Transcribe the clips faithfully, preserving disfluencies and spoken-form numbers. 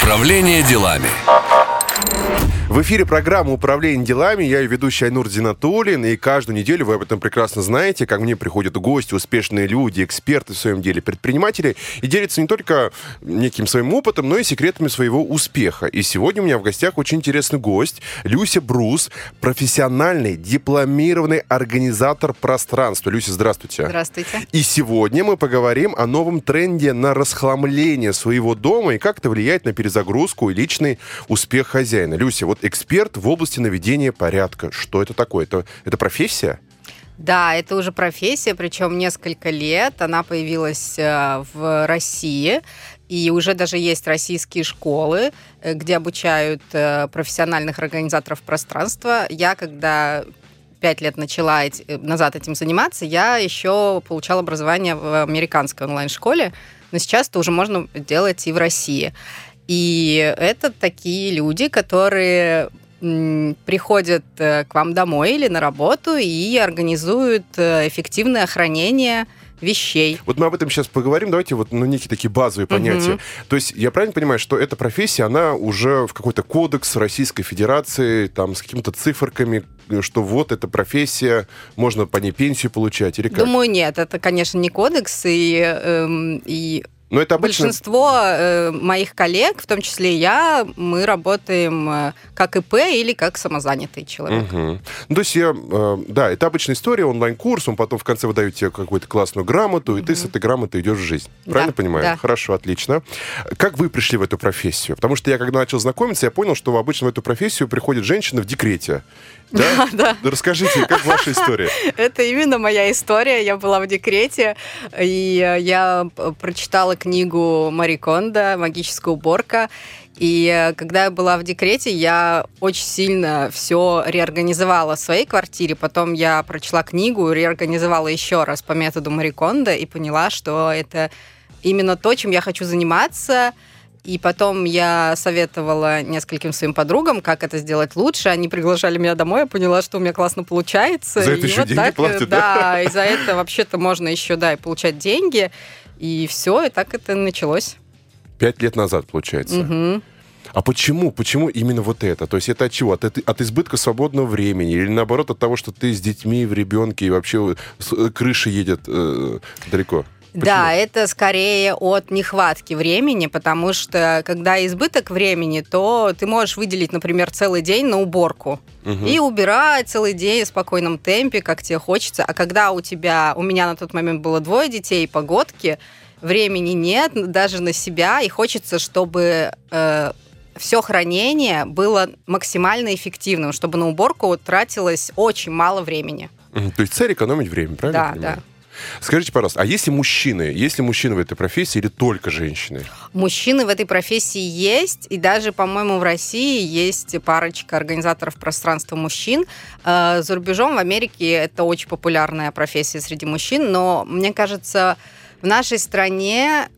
Управление делами. В эфире программа «Управление делами». Я ее ведущий Айнур Зиннатуллин. И каждую неделю, вы об этом прекрасно знаете, ко мне приходят гости, успешные люди, эксперты в своем деле, предприниматели, и делятся не только неким своим опытом, но и секретами своего успеха. И сегодня у меня в гостях очень интересный гость. Люся Брус, профессиональный, дипломированный организатор пространства. Люся, здравствуйте. Здравствуйте. И сегодня мы поговорим о новом тренде на расхламление своего дома и как это влияет на перезагрузку и личный успех хозяина. Люся, вот эксперт в области наведения порядка. Что это такое? Это, это профессия? Да, это уже профессия, причем несколько лет. Она появилась в России, и уже даже есть российские школы, где обучают профессиональных организаторов пространства. Я, когда пять лет начала назад этим заниматься, я еще получала образование в американской онлайн-школе, но сейчас это уже можно делать и в России. И это такие люди, которые м, приходят к вам домой или на работу и организуют эффективное хранение вещей. Вот мы об этом сейчас поговорим. Давайте вот ну, некие такие базовые понятия. Uh-huh. То есть я правильно понимаю, что эта профессия, она уже в какой-то кодекс Российской Федерации, там, с какими-то циферками, что вот эта профессия, можно по ней пенсию получать или как? Думаю, нет. Это, конечно, не кодекс, и... Эм, и... Но это обычно... Большинство э, моих коллег, в том числе и я, мы работаем э, как ИП или как самозанятый человек. Угу. Ну, то есть, я, э, да, это обычная история, онлайн-курс, он потом в конце выдает тебе какую-то классную грамоту, угу. и ты с этой грамотой идешь в жизнь. Правильно да, понимаю? Да. Хорошо, отлично. Как вы пришли в эту профессию? Потому что я, когда начал знакомиться, я понял, что обычно в эту профессию приходит женщина в декрете. Да? Да, да. Расскажите, как ваша история? Это именно моя история. Я была в декрете, и я прочитала книгу Мари Кондо «Магическая уборка». И когда я была в декрете, я очень сильно все реорганизовала в своей квартире. Потом я прочла книгу, реорганизовала еще раз по методу Мари Кондо и поняла, что это именно то, чем я хочу заниматься. И потом я советовала нескольким своим подругам, как это сделать лучше. Они приглашали меня домой, я поняла, что у меня классно получается. За это и еще вот деньги так, платят, да? Да, и за это вообще-то можно еще, да, и получать деньги. И все, и так это началось. Пять лет назад, получается. Угу. А почему? Почему именно вот это? То есть это от чего? От, от избытка свободного времени? Или наоборот от того, что ты с детьми в ребенке и вообще крыша едет э, далеко? Почему? Да, это скорее от нехватки времени, потому что когда избыток времени, то ты можешь выделить, например, целый день на уборку угу. и убирать целый день в спокойном темпе, как тебе хочется. А когда у тебя, у меня на тот момент было двое детей, погодки, времени нет даже на себя, и хочется, чтобы э, все хранение было максимально эффективным, чтобы на уборку тратилось очень мало времени. Угу. То есть цель экономить время, правильно я Да, понимаю? да. Скажите, пожалуйста, а есть ли мужчины? Есть ли мужчины в этой профессии или только женщины? Мужчины в этой профессии есть, и даже, по-моему, в России есть парочка организаторов пространства мужчин. За рубежом, в Америке, это очень популярная профессия среди мужчин, но, мне кажется, в нашей стране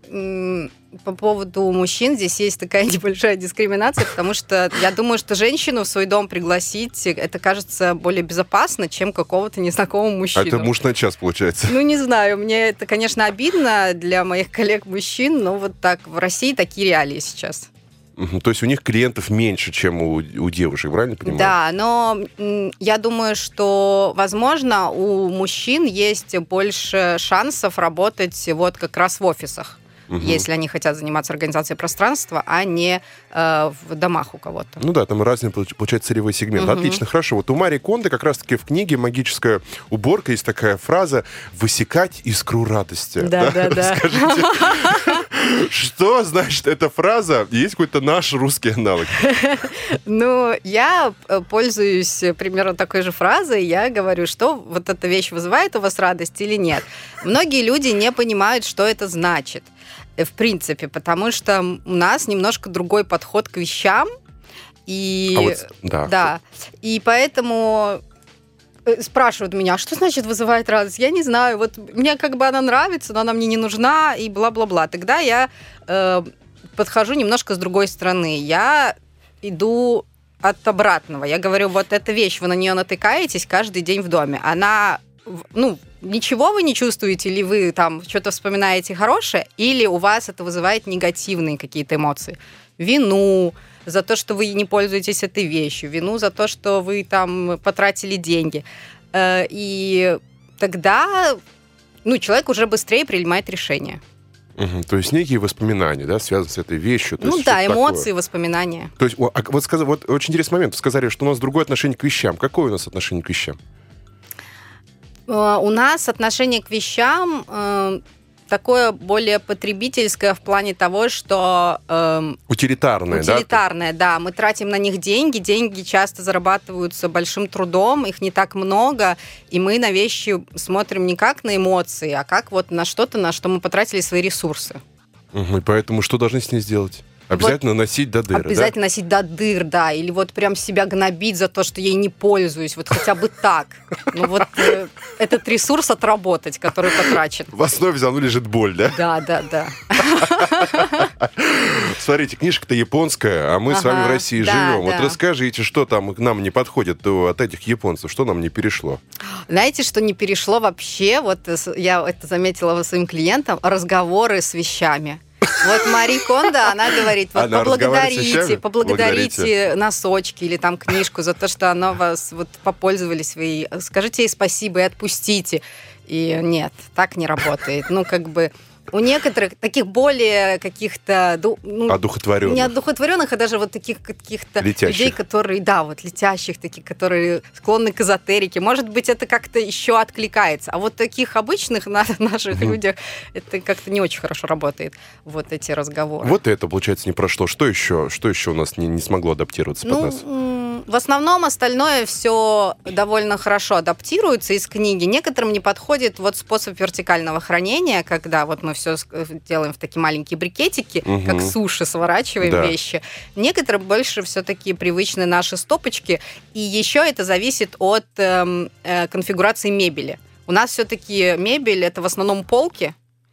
по поводу мужчин здесь есть такая небольшая дискриминация, потому что я думаю, что женщину в свой дом пригласить, это кажется более безопасно, чем какого-то незнакомого мужчину. А это муж на час, получается? Ну, не знаю, мне это, конечно, обидно для моих коллег-мужчин, но вот так в России такие реалии сейчас. То есть у них клиентов меньше, чем у, у девушек, правильно понимаю? Да, но м, я думаю, что, возможно, у мужчин есть больше шансов работать вот как раз в офисах. Угу. Если они хотят заниматься организацией пространства, а не э, в домах у кого-то. Ну да, там разный, получается, целевой сегмент. Угу. Отлично, хорошо. Вот у Мари Кондо как раз-таки в книге «Магическая уборка» есть такая фраза «высекать искру радости». Да, да, да. Скажите, что значит эта фраза? Есть какой-то наш русский аналог? Ну, я пользуюсь примерно такой же фразой. Я говорю, что вот эта вещь вызывает у вас радость или нет. Многие люди не понимают, что это значит. В принципе, потому что у нас немножко другой подход к вещам. И, а вот, да. да. И поэтому спрашивают меня, что значит вызывает радость? Я не знаю. Вот мне как бы она нравится, но она мне не нужна, и бла-бла-бла. Тогда я э, подхожу немножко с другой стороны. Я иду от обратного. Я говорю, вот эта вещь, вы на нее натыкаетесь каждый день в доме. Она, ну, ничего вы не чувствуете, или вы там что-то вспоминаете хорошее, или у вас это вызывает негативные какие-то эмоции. вину за то, что вы не пользуетесь этой вещью, вину за то, что вы там потратили деньги. И тогда ну, человек уже быстрее принимает решение. Угу, то есть некие воспоминания, да, связаны с этой вещью. То ну есть да, эмоции, такое. Воспоминания. То есть, а, вот, сказ... вот очень интересный момент. Вы сказали, что у нас другое отношение к вещам. Какое у нас отношение к вещам? Uh, у нас отношение к вещам uh, такое более потребительское в плане того, что... Uh, утилитарное, да? Утилитарное, да. Мы тратим на них деньги. Деньги часто зарабатываются большим трудом, их не так много, и мы на вещи смотрим не как на эмоции, а как вот на что-то, на что мы потратили свои ресурсы. Угу, и поэтому что должны с ней сделать? Обязательно вот носить до дыр, Обязательно да? носить до дыр, да. Или вот прям себя гнобить за то, что я ей не пользуюсь. Вот хотя бы так. Ну вот э, этот ресурс отработать, который потрачен. В основе все равно лежит боль, да? Да, да, да. Смотрите, книжка-то японская, а мы ага, с вами в России да, живем. Да. Вот расскажите, что там к нам не подходит от этих японцев, что нам не перешло? Знаете, что не перешло вообще? Вот я это заметила своим клиентам. Разговоры с вещами. Вот Мари Кондо, она говорит, вот она поблагодарите, поблагодарите носочки или там книжку за то, что она вас вот попользовались вы, скажите ей спасибо и отпустите. И нет, так не работает. Ну, как бы у некоторых таких более каких-то... Ну, одухотворенных. Не одухотворенных, а даже вот таких каких-то летящих людей, которые, да, вот летящих таких, которые склонны к эзотерике. Может быть, это как-то еще откликается. А вот таких обычных на наших угу. людях это как-то не очень хорошо работает, вот эти разговоры. Вот это, получается, не прошло. Что еще, что еще у нас не, не смогло адаптироваться под ну, нас? В основном остальное все довольно хорошо адаптируется из книги. Некоторым не подходит вот способ вертикального хранения, когда вот мы все делаем в такие маленькие брикетики, угу. как суши, сворачиваем да. вещи. Некоторым больше все-таки привычны наши стопочки. И еще это зависит от э, э, конфигурации мебели. У нас все-таки мебель — это в основном полки,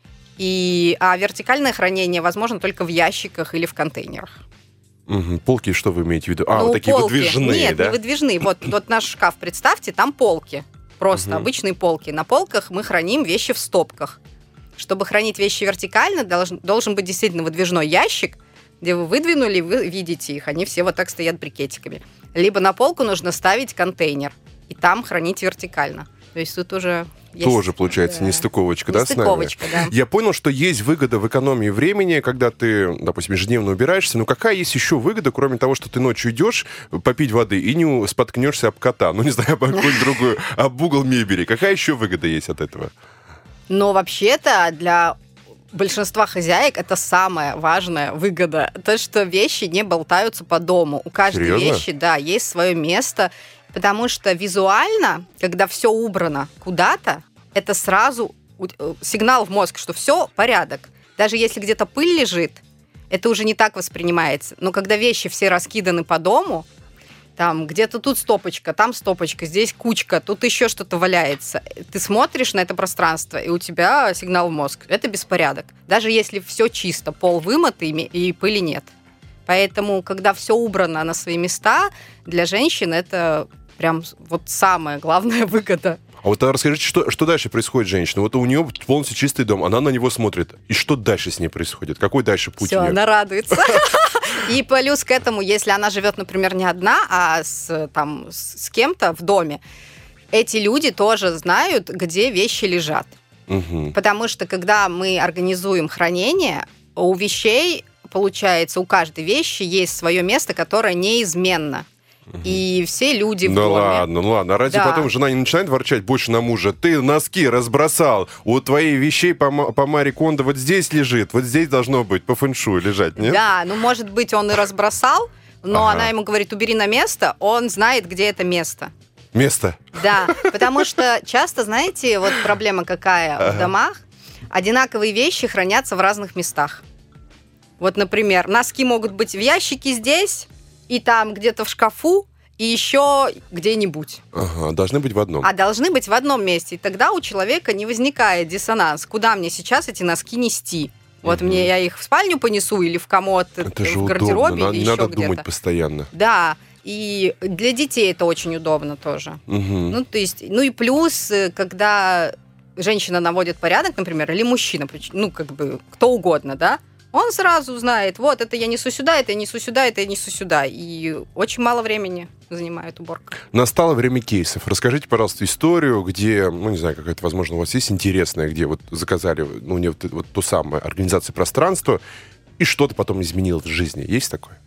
и, а вертикальное хранение возможно только в ящиках или в контейнерах. Угу. Полки, что вы имеете в виду? А, ну, вот такие полки. выдвижные, Нет, да? не выдвижные. Вот, вот наш шкаф, представьте, там полки. Просто угу. обычные полки. На полках мы храним вещи в стопках. Чтобы хранить вещи вертикально, должен, должен быть действительно выдвижной ящик, где вы выдвинули, вы видите их. Они все вот так стоят брикетиками. Либо на полку нужно ставить контейнер, и там хранить вертикально. То есть тут уже... Есть, тоже, получается, да. нестыковочка, да, нестыковочка, с нами? Да. Я понял, что есть выгода в экономии времени, когда ты, допустим, ежедневно убираешься. Но какая есть еще выгода, кроме того, что ты ночью идешь попить воды и не споткнешься об кота? Ну, не знаю, об какую-нибудь другую, об угол мебели. Какая еще выгода есть от этого? Но вообще-то для большинства хозяек это самая важная выгода. То, что вещи не болтаются по дому. У каждой Серьезно? вещи, да, есть свое место. Потому что визуально, когда все убрано куда-то, это сразу сигнал в мозг, что все, порядок. Даже если где-то пыль лежит, это уже не так воспринимается. Но когда вещи все раскиданы по дому, там где-то тут стопочка, там стопочка, здесь кучка, тут еще что-то валяется. Ты смотришь на это пространство, и у тебя сигнал в мозг. Это беспорядок. Даже если все чисто, пол вымытый и пыли нет. Поэтому, когда все убрано на свои места, для женщин это прям вот самая главная выгода. А вот расскажите, что, что дальше происходит с женщиной? Вот у нее полностью чистый дом, она на него смотрит. И что дальше с ней происходит? Какой дальше путь Все, у нее? Она радуется. И плюс к этому, если она живет, например, не одна, а с, там, с кем-то в доме, эти люди тоже знают, где вещи лежат. Угу. Потому что, когда мы организуем хранение, у вещей, получается, у каждой вещи есть свое место, которое неизменно. И все люди в да доме. ладно, ну ладно. А разве да. потом жена не начинает ворчать больше на мужа? Ты носки разбросал, у твоих вещей по, по Мари Кондо вот здесь лежит, вот здесь должно быть по фэншую лежать, нет? Да, ну может быть он и разбросал, но ага. она ему говорит, убери на место, он знает, где это место. Место? Да, потому что часто, знаете, вот проблема какая ага. в домах, одинаковые вещи хранятся в разных местах. Вот, например, носки могут быть в ящике здесь, и там где-то в шкафу, и еще где-нибудь. Ага, должны быть в одном. А должны быть в одном месте. И тогда у человека не возникает диссонанс. Куда мне сейчас эти носки нести? Вот угу. мне я их в спальню понесу или в комод, это в же гардеробе, удобно. или не еще надо где-то. думать постоянно. Да, и для детей это очень удобно тоже. Угу. Ну, то есть, ну и плюс, когда женщина наводит порядок, например, или мужчина, ну, как бы, кто угодно, да, Он сразу знает, вот, это я несу сюда, это я несу сюда, это я несу сюда. И очень мало времени занимает уборка. Настало время кейсов. Расскажите, пожалуйста, историю, где, ну, не знаю, какая-то, возможно, у вас есть интересная, где вот заказали, ну, не вот, вот ту самую организацию пространства, и что-то потом изменилось в жизни. Есть такое?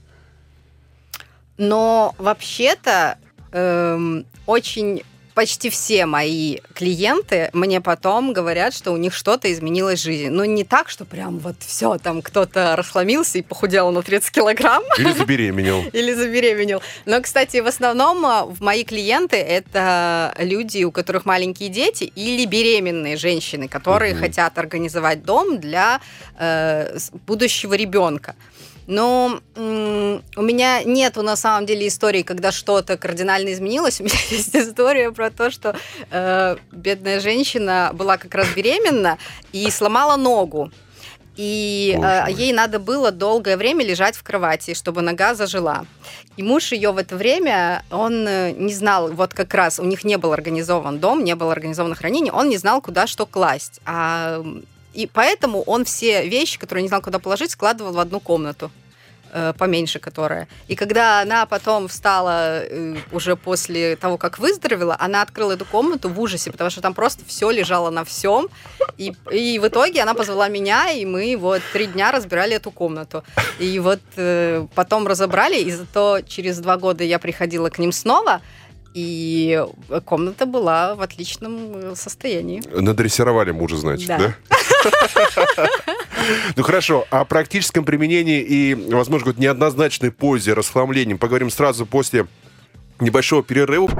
Но вообще-то эм, очень... Почти все мои клиенты мне потом говорят, что у них что-то изменилось в жизни. Ну, не так, что прям вот все, там кто-то расхламился и похудел на тридцать килограмм. Или забеременел. Или забеременел. Но, кстати, в основном в мои клиенты это люди, у которых маленькие дети, или беременные женщины, которые угу. хотят организовать дом для э, будущего ребенка. Но м- у меня нету на самом деле истории, когда что-то кардинально изменилось. У меня есть история про то, что э, бедная женщина была как раз беременна и сломала ногу. И э, ей надо было долгое время лежать в кровати, чтобы нога зажила. И муж ее в это время, он не знал, вот как раз у них не был организован дом, не было организовано хранение, он не знал, куда что класть. А... И поэтому он все вещи, которые не знал, куда положить, складывал в одну комнату, э, поменьше которая. И когда она потом встала, э, уже после того, как выздоровела, она открыла эту комнату в ужасе, потому что там просто все лежало на всем. И, и в итоге она позвала меня, и мы вот три дня разбирали эту комнату. И вот э, потом разобрали, и зато через два года я приходила к ним снова, и комната была в отличном состоянии. Надрессировали мужа, значит, да? Да? Ну хорошо, о практическом применении и, возможно, какой-то неоднозначной пользе, расхламлением поговорим сразу после небольшого перерыва.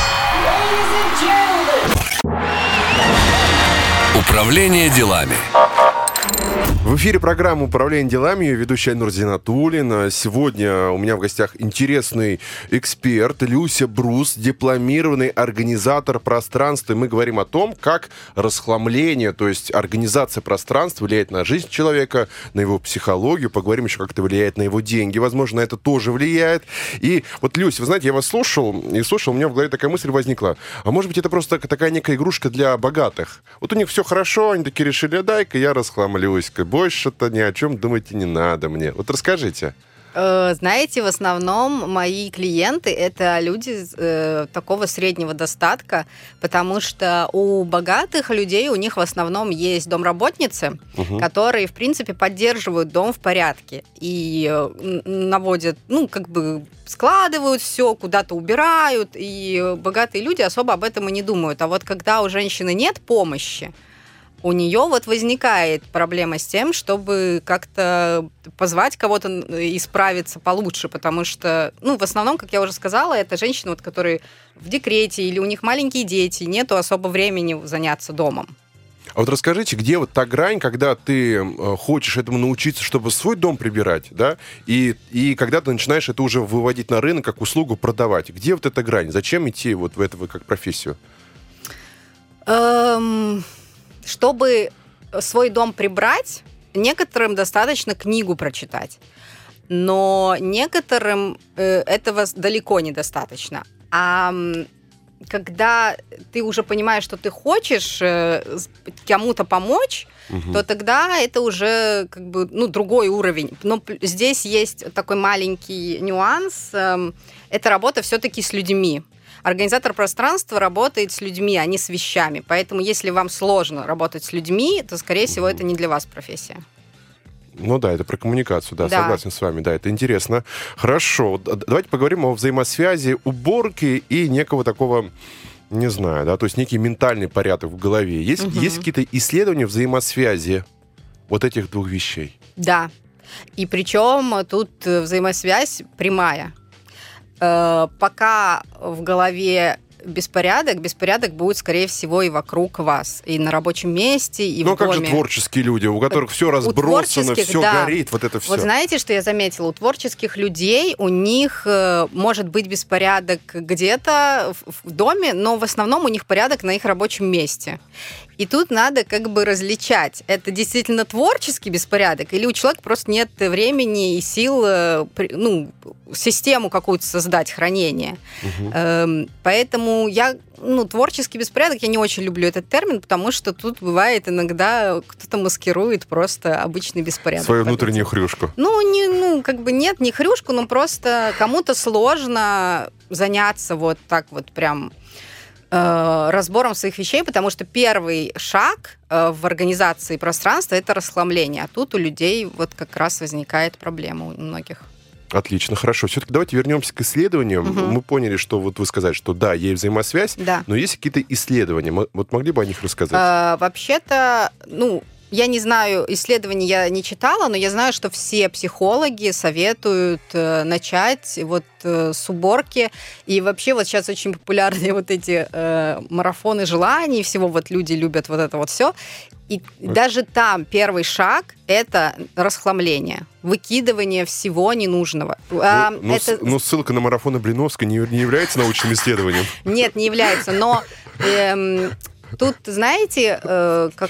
Управление делами. В эфире программа «Управление делами», ее ведущий Айнур Зинатуллин. Сегодня у меня в гостях интересный эксперт Люся Брус, дипломированный организатор пространства. И мы говорим о том, как расхламление, то есть организация пространства влияет на жизнь человека, на его психологию. Поговорим еще, как это влияет на его деньги. Возможно, это тоже влияет. И вот, Люся, вы знаете, я вас слушал, и слушал, у меня в голове такая мысль возникла. А может быть, это просто такая некая игрушка для богатых? Вот у них все хорошо, они такие решили, дай-ка я расхламлюсь. Больше-то ни о чем думать и не надо мне. Вот расскажите. Знаете, в основном мои клиенты — это люди э, такого среднего достатка, потому что у богатых людей, у них в основном есть домработницы, угу. которые, в принципе, поддерживают дом в порядке и наводят, ну, как бы складывают все, куда-то убирают, и богатые люди особо об этом и не думают. А вот когда у женщины нет помощи, у нее вот возникает проблема с тем, чтобы как-то позвать кого-то и справиться получше, потому что, ну, в основном, как я уже сказала, это женщины, вот, которые в декрете или у них маленькие дети, нету особо времени заняться домом. А вот расскажите, где вот та грань, когда ты хочешь этому научиться, чтобы свой дом прибирать, да, и, и когда ты начинаешь это уже выводить на рынок, как услугу продавать. Где вот эта грань? Зачем идти вот в это как профессию? Эм... Чтобы свой дом прибрать, некоторым достаточно книгу прочитать, но некоторым э, этого далеко недостаточно. А когда ты уже понимаешь, что ты хочешь э, кому-то помочь, угу. то тогда это уже как бы, ну, другой уровень. Но здесь есть такой маленький нюанс. Э, это работа все-таки с людьми. Организатор пространства работает с людьми, а не с вещами. Поэтому, если вам сложно работать с людьми, то, скорее всего, это не для вас профессия. Ну да, это про коммуникацию, да, да. Согласен с вами, да, это интересно. Хорошо, давайте поговорим о взаимосвязи уборки и некого такого, не знаю, да, то есть некий ментальный порядок в голове. Есть, угу. есть какие-то исследования взаимосвязи вот этих двух вещей? Да, и причем тут взаимосвязь прямая. Пока в голове беспорядок, беспорядок будет, скорее всего, и вокруг вас, и на рабочем месте, и ну, в доме. Ну, как же творческие люди, у которых все разбросано, все да. горит, вот это все. Вот знаете, что я заметила? У творческих людей, у них э, может быть беспорядок где-то в, в доме, но в основном у них порядок на их рабочем месте. И тут надо как бы различать, это действительно творческий беспорядок, или у человека просто нет времени и сил, ну, систему какую-то создать, хранение. Угу. Эм, поэтому я, ну, творческий беспорядок, я не очень люблю этот термин, потому что тут бывает иногда кто-то маскирует просто обычный беспорядок. Свою внутреннюю хрюшку. Ну, не, ну, как бы нет, не хрюшку, но просто кому-то сложно заняться вот так вот прям разбором своих вещей, потому что первый шаг в организации пространства — это расхламление. А тут у людей вот как раз возникает проблема у многих. Отлично, хорошо. Все-таки давайте вернемся к исследованиям. Угу. Мы поняли, что вот вы сказали, что да, есть взаимосвязь, да. Но есть какие-то исследования. Вот могли бы о них рассказать? А, вообще-то, ну, я не знаю, исследований я не читала, но я знаю, что все психологи советуют э, начать вот э, с уборки. И вообще вот сейчас очень популярны вот эти э, марафоны желаний, всего вот люди любят вот это вот все. И вот. Даже там первый шаг — это расхламление, выкидывание всего ненужного. Ну, а, ну, это... ну ссылка на марафоны Блиновской не, не является научным исследованием? Нет, не является, но... Тут, знаете, э, как,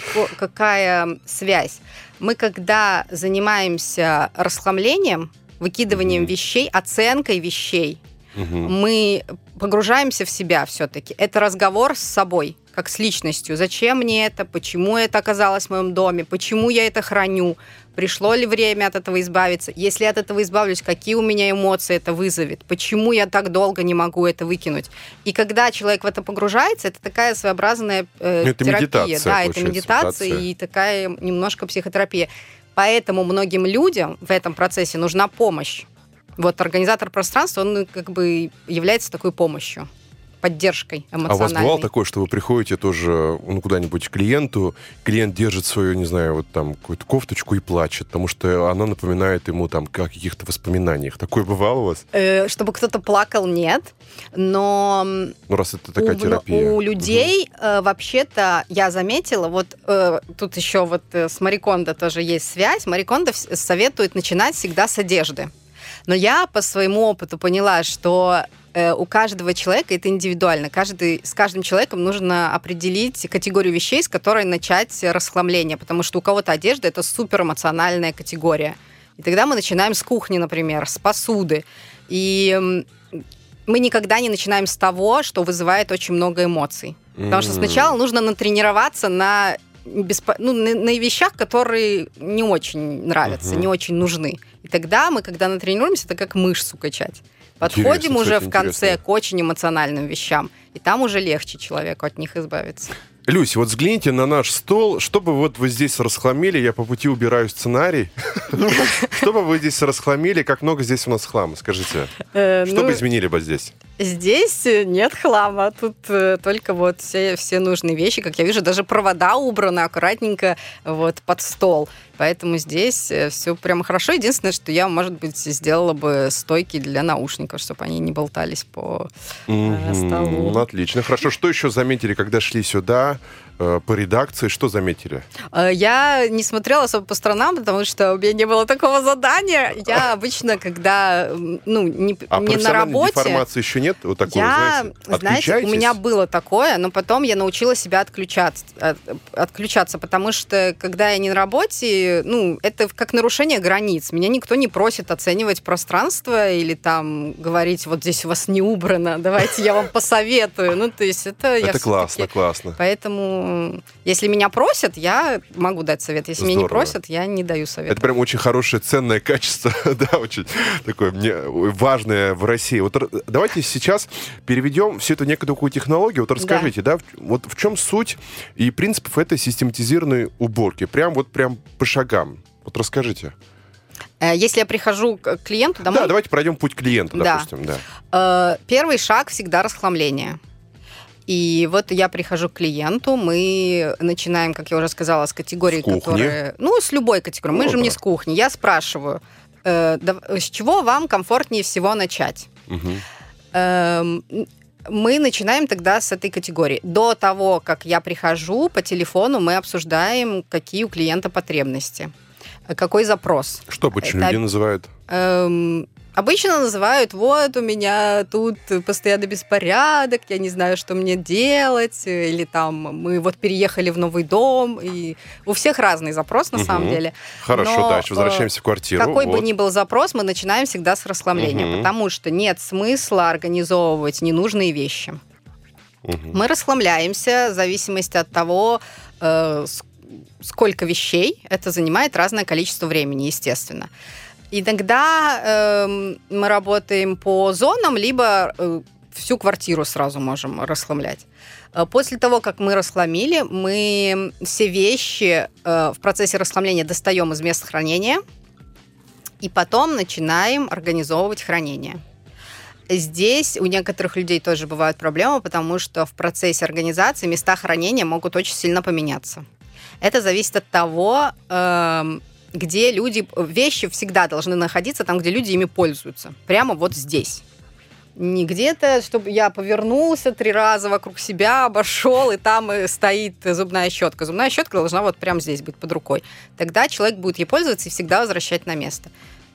какая связь? Мы, когда занимаемся расхламлением, выкидыванием mm-hmm. вещей, оценкой вещей, mm-hmm. мы погружаемся в себя все-таки. Это разговор с собой, как с личностью. Зачем мне это? Почему это оказалось в моем доме? Почему я это храню? Пришло ли время от этого избавиться? Если от этого избавлюсь, какие у меня эмоции это вызовет? Почему я так долго не могу это выкинуть? И когда человек в это погружается, это такая своеобразная э, это терапия. Медитация, да, это медитация медитация. И такая немножко психотерапия. Поэтому многим людям в этом процессе нужна помощь. Вот организатор пространства, он как бы является такой помощью, поддержкой эмоциональной. А у вас бывало такое, что вы приходите тоже ну, куда-нибудь к клиенту, клиент держит свою, не знаю, вот там какую-то кофточку и плачет, потому что она напоминает ему там о каких-то воспоминаниях. Такое бывало у вас? Э, чтобы кто-то плакал, нет. Но ну, раз это такая у, терапия. У людей угу. э, вообще-то, я заметила, вот э, тут еще вот э, с Мари Кондо тоже есть связь. Мари Кондо советует начинать всегда с одежды. Но я по своему опыту поняла, что э, у каждого человека это индивидуально. Каждый, с каждым человеком нужно определить категорию вещей, с которой начать расхламление, потому что у кого-то одежда — это суперэмоциональная категория. И тогда мы начинаем с кухни, например, с посуды. И э, мы никогда не начинаем с того, что вызывает очень много эмоций. Потому что сначала нужно натренироваться на... Беспо... Ну, на, на вещах, которые не очень нравятся, uh-huh. не очень нужны. И тогда мы, когда натренируемся, это как мышцу качать. Подходим интересно, уже в конце интересно. К очень эмоциональным вещам, и там уже легче человеку от них избавиться. Люся, вот взгляните на наш стол. Что бы вот вы здесь расхламили? Я по пути убираю сценарий. Что бы вы здесь расхламили? Как много здесь у нас хлама? Скажите. Что бы изменили бы здесь? Здесь нет хлама. Тут только вот все, все нужные вещи. Как я вижу, даже провода убраны аккуратненько вот под стол. Поэтому здесь все прямо хорошо. Единственное, что я, может быть, сделала бы стойки для наушников, чтобы они не болтались по mm-hmm. столу. Отлично. Хорошо. Что еще заметили, когда шли сюда? По редакции, что заметили? Я не смотрела особо по сторонам, потому что у меня не было такого задания. Я обычно, когда ну, не, а не на работе... деформации еще нет? Вот такого, я, знаете, знаете, у меня было такое, но потом я научилась себя отключаться, от, отключаться, потому что, когда я не на работе, ну, это как нарушение границ. Меня никто не просит оценивать пространство или там говорить, вот здесь у вас не убрано, давайте я вам посоветую. Ну, то есть это... Это классно, классно. Поэтому если меня просят, я могу дать совет. Если Здорово. Меня не просят, я не даю совет. Это прям очень хорошее, ценное качество, да, очень такое мне важное в России. Вот давайте сейчас переведем все это в некую такую технологию. Вот расскажите, да, да вот в чем суть и принципов этой систематизированной уборки? Прям вот прям по шагам. Вот расскажите. Если я прихожу к клиенту домой... Да, давайте пройдем путь клиента, да. допустим. Да. Первый шаг всегда расхламление. И вот я прихожу к клиенту, мы начинаем, как я уже сказала, с категории, которые... Ну, с любой категории. Мы ну, же да. не с кухни. Я спрашиваю, э, да, с чего вам комфортнее всего начать? Угу. Э, мы начинаем тогда с этой категории. До того, как я прихожу, по телефону мы обсуждаем, какие у клиента потребности, какой запрос. Что обычно Это... люди называют? Э, Обычно называют, вот, у меня тут постоянно беспорядок, я не знаю, что мне делать, или там, мы вот переехали в новый дом, и у всех разный запрос, на угу. самом деле. Хорошо, Но, дальше возвращаемся в квартиру. Какой вот. бы ни был запрос, мы начинаем всегда с расхламления, угу. потому что нет смысла организовывать ненужные вещи. Угу. Мы расхламляемся в зависимости от того, э, сколько вещей, это занимает разное количество времени, естественно. Иногда э, мы работаем по зонам, либо э, всю квартиру сразу можем расхламлять. После того, как мы расхламили, мы все вещи э, в процессе расхламления достаем из мест хранения и потом начинаем организовывать хранение. Здесь у некоторых людей тоже бывают проблемы, потому что в процессе организации места хранения могут очень сильно поменяться. Это зависит от того, э, где люди... Вещи всегда должны находиться там, где люди ими пользуются. Прямо вот здесь. Не где-то, чтобы я повернулся три раза вокруг себя, обошел, и там стоит зубная щетка. Зубная щетка должна вот прямо здесь быть под рукой. Тогда человек будет ей пользоваться и всегда возвращать на место.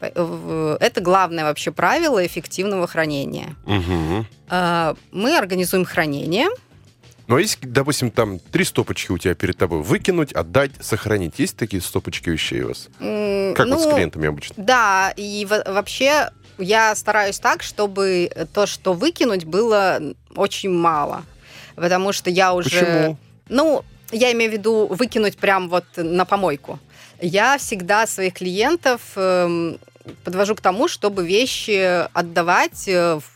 Это главное вообще правило эффективного хранения. Угу. Мы организуем хранение. Ну, а если, допустим, там три стопочки у тебя перед тобой, выкинуть, отдать, сохранить, есть такие стопочки вещей у вас? Mm, как ну, вот с клиентами обычно? Да, и в- вообще я стараюсь так, чтобы то, что выкинуть, было очень мало. Потому что я уже... Почему? Ну, я имею в виду выкинуть прям вот на помойку. Я всегда своих клиентов... Э- подвожу к тому, чтобы вещи отдавать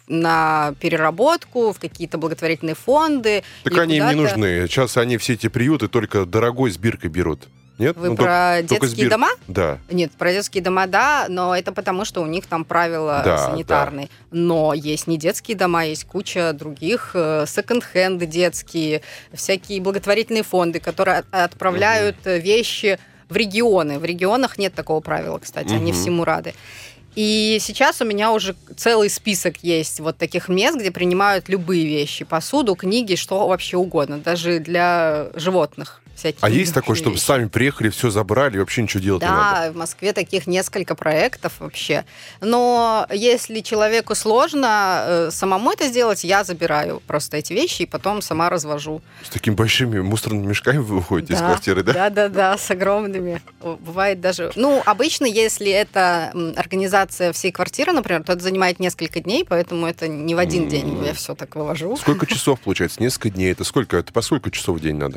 на переработку, в какие-то благотворительные фонды. Так они им не нужны. Сейчас они все эти приюты только дорогой с биркой берут. Нет? Вы ну, про только, детские только дома? Да. Нет, про детские дома, да, но это потому, что у них там правила да, санитарные. Да. Но есть не детские дома, есть куча других, секонд-хенды детские, всякие благотворительные фонды, которые отправляют угу. вещи в регионы. В регионах нет такого правила, кстати, угу. они всему рады. И сейчас у меня уже целый список есть вот таких мест, где принимают любые вещи, посуду, книги, что вообще угодно, даже для животных. А есть такое, чтобы вещи. Сами приехали, все забрали, и вообще ничего делать да, не надо? Да, в Москве таких несколько проектов вообще. Но если человеку сложно э, самому это сделать, я забираю просто эти вещи и потом сама развожу. С такими большими мусорными мешками вы выходите да, из квартиры, да? Да-да-да, с огромными. Бывает даже... Ну, обычно, если это организация всей квартиры, например, то это занимает несколько дней, поэтому это не в один mm. день я все так вывожу. Сколько часов получается? Несколько дней. Это сколько? Это по сколько часов в день надо?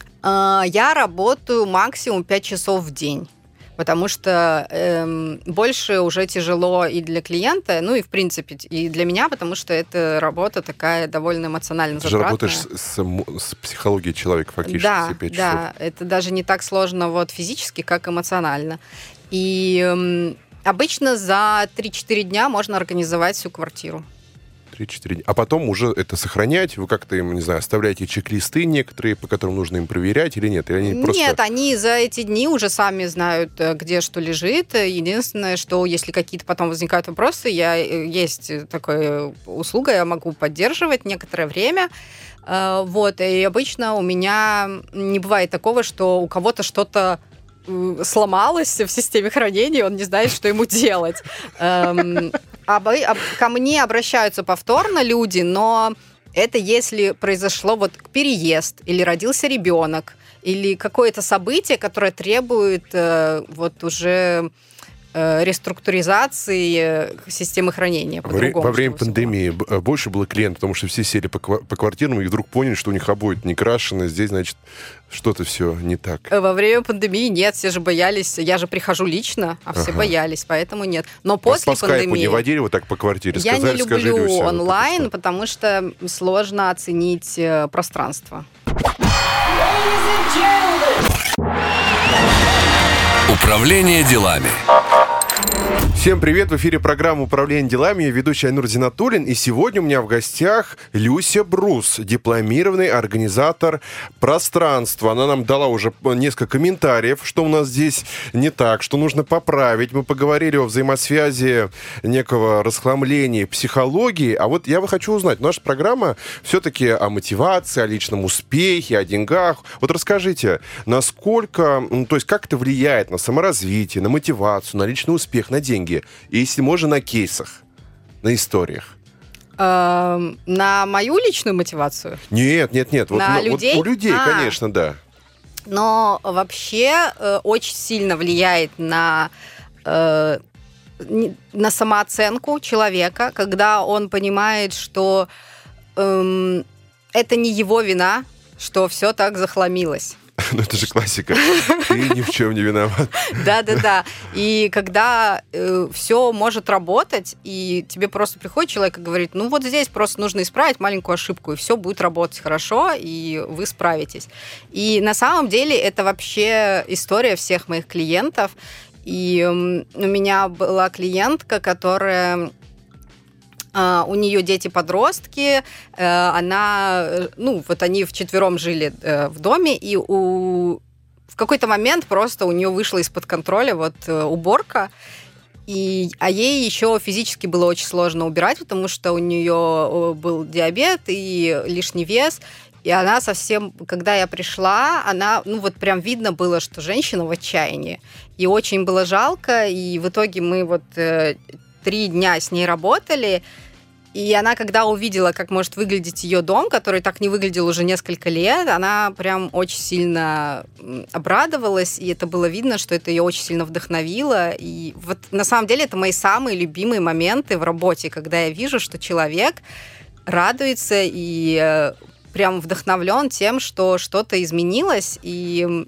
Я работаю максимум пять часов в день, потому что эм, больше уже тяжело и для клиента, ну и, в принципе, и для меня, потому что эта работа такая довольно эмоционально Ты затратная. Ты же работаешь с, с, с психологией человека фактически да, все пять да, часов. Да, это даже не так сложно вот, физически, как эмоционально. И эм, обычно за три-четыре дня можно организовать всю квартиру. три-четыре дня. А потом уже это сохранять? Вы как-то им, не знаю, оставляете чек-листы некоторые, по которым нужно им проверять или нет? Или они просто... Нет, они за эти дни уже сами знают, где что лежит. Единственное, что если какие-то потом возникают вопросы, я, есть такая услуга, я могу поддерживать некоторое время. Вот, и обычно у меня не бывает такого, что у кого-то что-то сломалось в системе хранения, он не знает, что ему делать. Ко мне обращаются повторно люди, но это если произошло вот переезд, или родился ребенок, или какое-то событие, которое требует вот уже реструктуризации системы хранения. Во, вре- во время пандемии было. Больше было клиентов, потому что все сели по, по квартирам и вдруг поняли, что у них обои не крашены, здесь, значит, что-то все не так. Во время пандемии нет, все же боялись, я же прихожу лично, а все ага. боялись, поэтому нет. Но после Вас по пандемии... скайпу не водили вот так по квартире? Я Сказали, не люблю скажи, Люся, онлайн, вот потому что сложно оценить пространство. Управление делами. Всем привет! В эфире программа «Управление делами». Я ведущий Айнур Зинатуллин. И сегодня у меня в гостях Люся Брус, дипломированный организатор пространства. Она нам дала уже несколько комментариев, что у нас здесь не так, что нужно поправить. Мы поговорили о взаимосвязи некого расхламления психологии. А вот я бы хочу узнать, наша программа все-таки о мотивации, о личном успехе, о деньгах. Вот расскажите, насколько, ну, то есть как это влияет на саморазвитие, на мотивацию, на личный успех успех, на деньги? И если можно, на кейсах, на историях. Эм, на мою личную мотивацию? Нет, нет, нет. Вот, На ну, людей? Вот у людей, А. конечно, да. Но вообще э, очень сильно влияет на, э, не- на самооценку человека, когда он понимает, что эм, это не его вина, что все так захламилось. Ну, это же классика. Ты ни в чем не виноват. Да-да-да. И когда э, все может работать, и тебе просто приходит человек и говорит, ну вот здесь просто нужно исправить маленькую ошибку, и все будет работать хорошо, и вы справитесь. И на самом деле это вообще история всех моих клиентов. И м, у меня была клиентка, которая... Uh, у нее дети-подростки, uh, она, ну, вот они вчетвером жили uh, в доме, и у... в какой-то момент просто у нее вышла из-под контроля вот uh, уборка, и... а ей еще физически было очень сложно убирать, потому что у нее был диабет и лишний вес, и она совсем, когда я пришла, она, ну, вот прям видно было, что женщина в отчаянии, и очень было жалко, и в итоге мы вот uh, три дня с ней работали. И она, когда увидела, как может выглядеть ее дом, который так не выглядел уже несколько лет, она прям очень сильно обрадовалась, и это было видно, что это ее очень сильно вдохновило. И вот на самом деле это мои самые любимые моменты в работе, когда я вижу, что человек радуется и прям вдохновлен тем, что что-то изменилось, и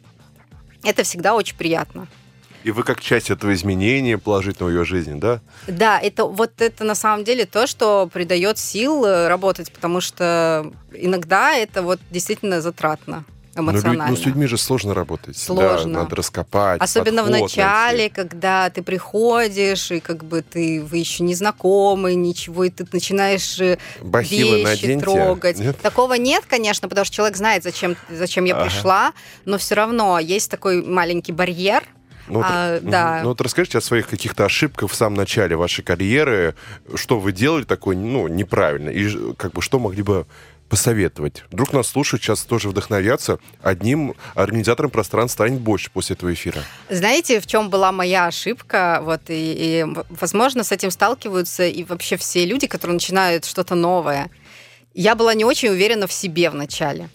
это всегда очень приятно. И вы как часть этого изменения положительного в ее жизни, да? Да, это вот это на самом деле то, что придает сил работать, потому что иногда это вот действительно затратно эмоционально. Ну, ну с людьми же сложно работать. Сложно. Да, надо раскопать. Особенно в подход начале, найти. когда ты приходишь, и как бы ты, вы еще не знакомы, ничего, и ты начинаешь Бахилы вещи наденьте. трогать. Нет? Такого нет, конечно, потому что человек знает, зачем, зачем я Ага. пришла, но все равно есть такой маленький барьер. Ну, А, вот, да. ну вот расскажите о своих каких-то ошибках в самом начале вашей карьеры. Что вы делали такое, ну, неправильно? И как бы что могли бы посоветовать? Вдруг нас слушают, сейчас тоже вдохновятся. Одним организатором пространства станет больше после этого эфира. Знаете, в чем была моя ошибка? Вот, и, и, возможно, с этим сталкиваются и вообще все люди, которые начинают что-то новое. Я была не очень уверена в себе вначале.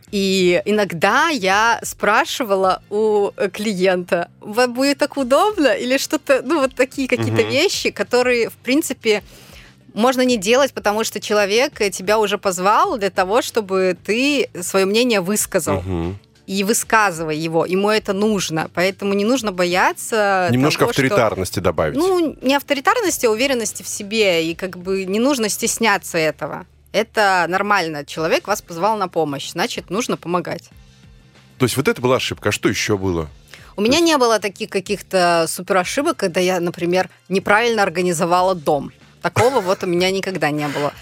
И иногда я спрашивала у клиента, вам будет так удобно? Или что-то, ну, вот такие какие-то Мгм. вещи, которые, в принципе, можно не делать, потому что человек тебя уже позвал для того, чтобы ты свое мнение высказал. Мгм. И высказывай его, ему это нужно. Поэтому не нужно бояться Немножко того, что- авторитарности добавить. Ну, не авторитарности, а уверенности в себе. И как бы не нужно стесняться этого. Это нормально. Человек вас позвал на помощь, значит, нужно помогать. То есть вот это была ошибка. А что еще было? У меня не было таких каких-то супер ошибок, когда я, например, неправильно организовала дом. Такого вот у меня никогда не было.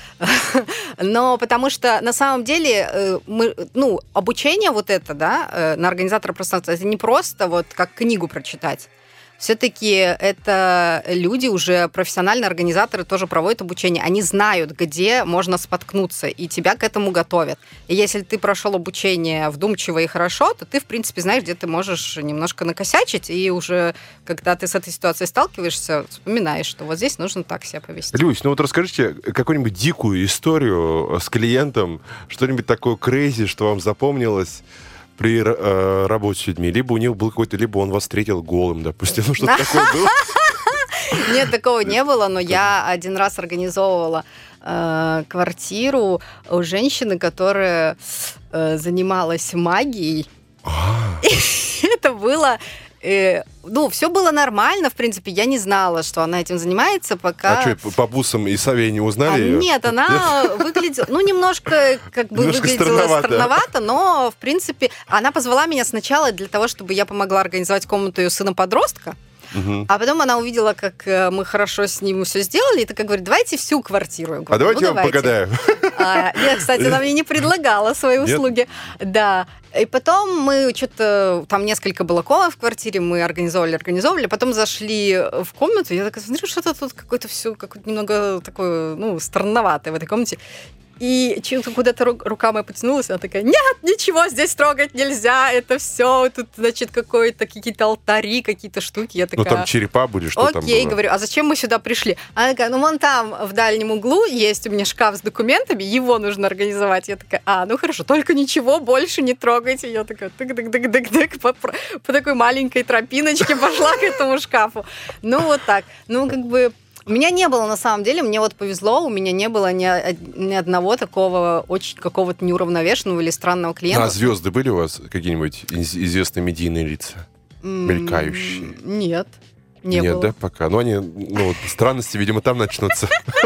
Но потому что на самом деле э, мы, ну, обучение вот это, да, э, на организатора пространства, это не просто вот как книгу прочитать. Все-таки это люди, уже профессиональные организаторы тоже проводят обучение. Они знают, где можно споткнуться, и тебя к этому готовят. И если ты прошел обучение вдумчиво и хорошо, то ты, в принципе, знаешь, где ты можешь немножко накосячить, и уже, когда ты с этой ситуацией сталкиваешься, вспоминаешь, что вот здесь нужно так себя повести. Люсь, ну вот расскажите какую-нибудь дикую историю с клиентом, что-нибудь такое крейзи, что вам запомнилось при э, работе с людьми. Либо у него был какой-то, либо он вас встретил голым, допустим. Ну, что-то такое было. Нет, такого не было, но я один раз организовывала э, квартиру у женщины, которая э, занималась магией. Это было... э, ну, все было нормально, в принципе. Я не знала, что она этим занимается, пока... А что, по бусам и сове не А, узнали ее? нет, она выглядела, ну, немножко как бы Немножко выглядела странновато. странновато, но, в принципе, она позвала меня сначала для того, чтобы я помогла организовать комнату ее сына-подростка, Мгм. а потом она увидела, как э, мы хорошо с ним все сделали, и такая говорит, давайте всю квартиру. Я говорю, А давайте «Ну, я вам погадаю. А, нет, кстати, она мне не предлагала свои Нет? услуги. Да. И потом мы что-то... Там несколько было комнат в квартире, мы организовали, организовали. Потом зашли в комнату, я такая смотрю, что-то тут какое-то все какое-то немного такое, ну, странноватое в этой комнате. И куда-то рука моя потянулась, она такая, нет, ничего здесь трогать нельзя, это все, тут, значит, какое-то, какие-то алтари, какие-то штуки. Я такая, ну, там черепа были, что окей, там было? Говорю, а зачем мы сюда пришли? Она такая, ну, вон там, в дальнем углу, есть у меня шкаф с документами, его нужно организовать. Я такая, а, ну, хорошо, только ничего больше не трогайте. Я такая, тык-тык-тык-тык-тык, по, по такой маленькой тропиночке пошла к этому шкафу. Ну, вот так. Ну, как бы... У меня не было, на самом деле, мне вот повезло, у меня не было ни, ни одного такого очень какого-то неуравновешенного или странного клиента. А звезды были у вас какие-нибудь известные медийные лица? Мелькающие? Нет, не Нет, было. да, пока. Ну, они, ну, вот, странности, видимо, там начнутся.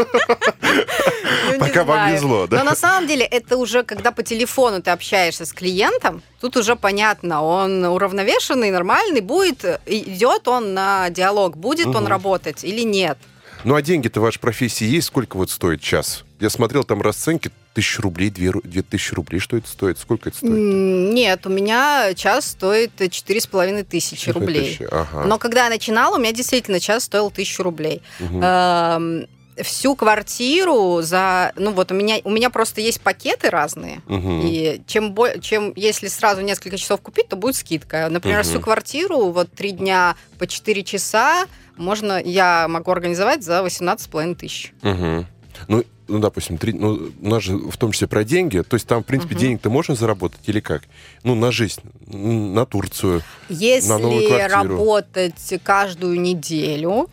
Пока вам везло, да? Но на самом деле это уже, когда по телефону ты общаешься с клиентом, тут уже понятно, он уравновешенный, нормальный, будет, идет он на диалог, будет он работать или нет. Ну, а деньги-то в вашей профессии есть? Сколько вот стоит час? Я смотрел там расценки, тысяча рублей, две, две тысячи рублей. Что это стоит? Сколько это стоит? Нет, у меня час стоит четыре с половиной тысячи рублей. Ага. Но когда я начинала, у меня действительно час стоил тысячу рублей. Угу. Эм, всю квартиру за... Ну, вот у меня, у меня просто есть пакеты разные. Угу. И чем, чем если сразу несколько часов купить, то будет скидка. Например, угу. всю квартиру, вот три дня по четыре часа, можно, я могу организовать за восемнадцать с половиной тысяч. Угу. Ну, ну, допустим, три, ну, у нас же в том числе про деньги. То есть там, в принципе, uh-huh. денег-то можно заработать или как? Ну, на жизнь, на Турцию, если на новую квартиру. Если работать каждую неделю,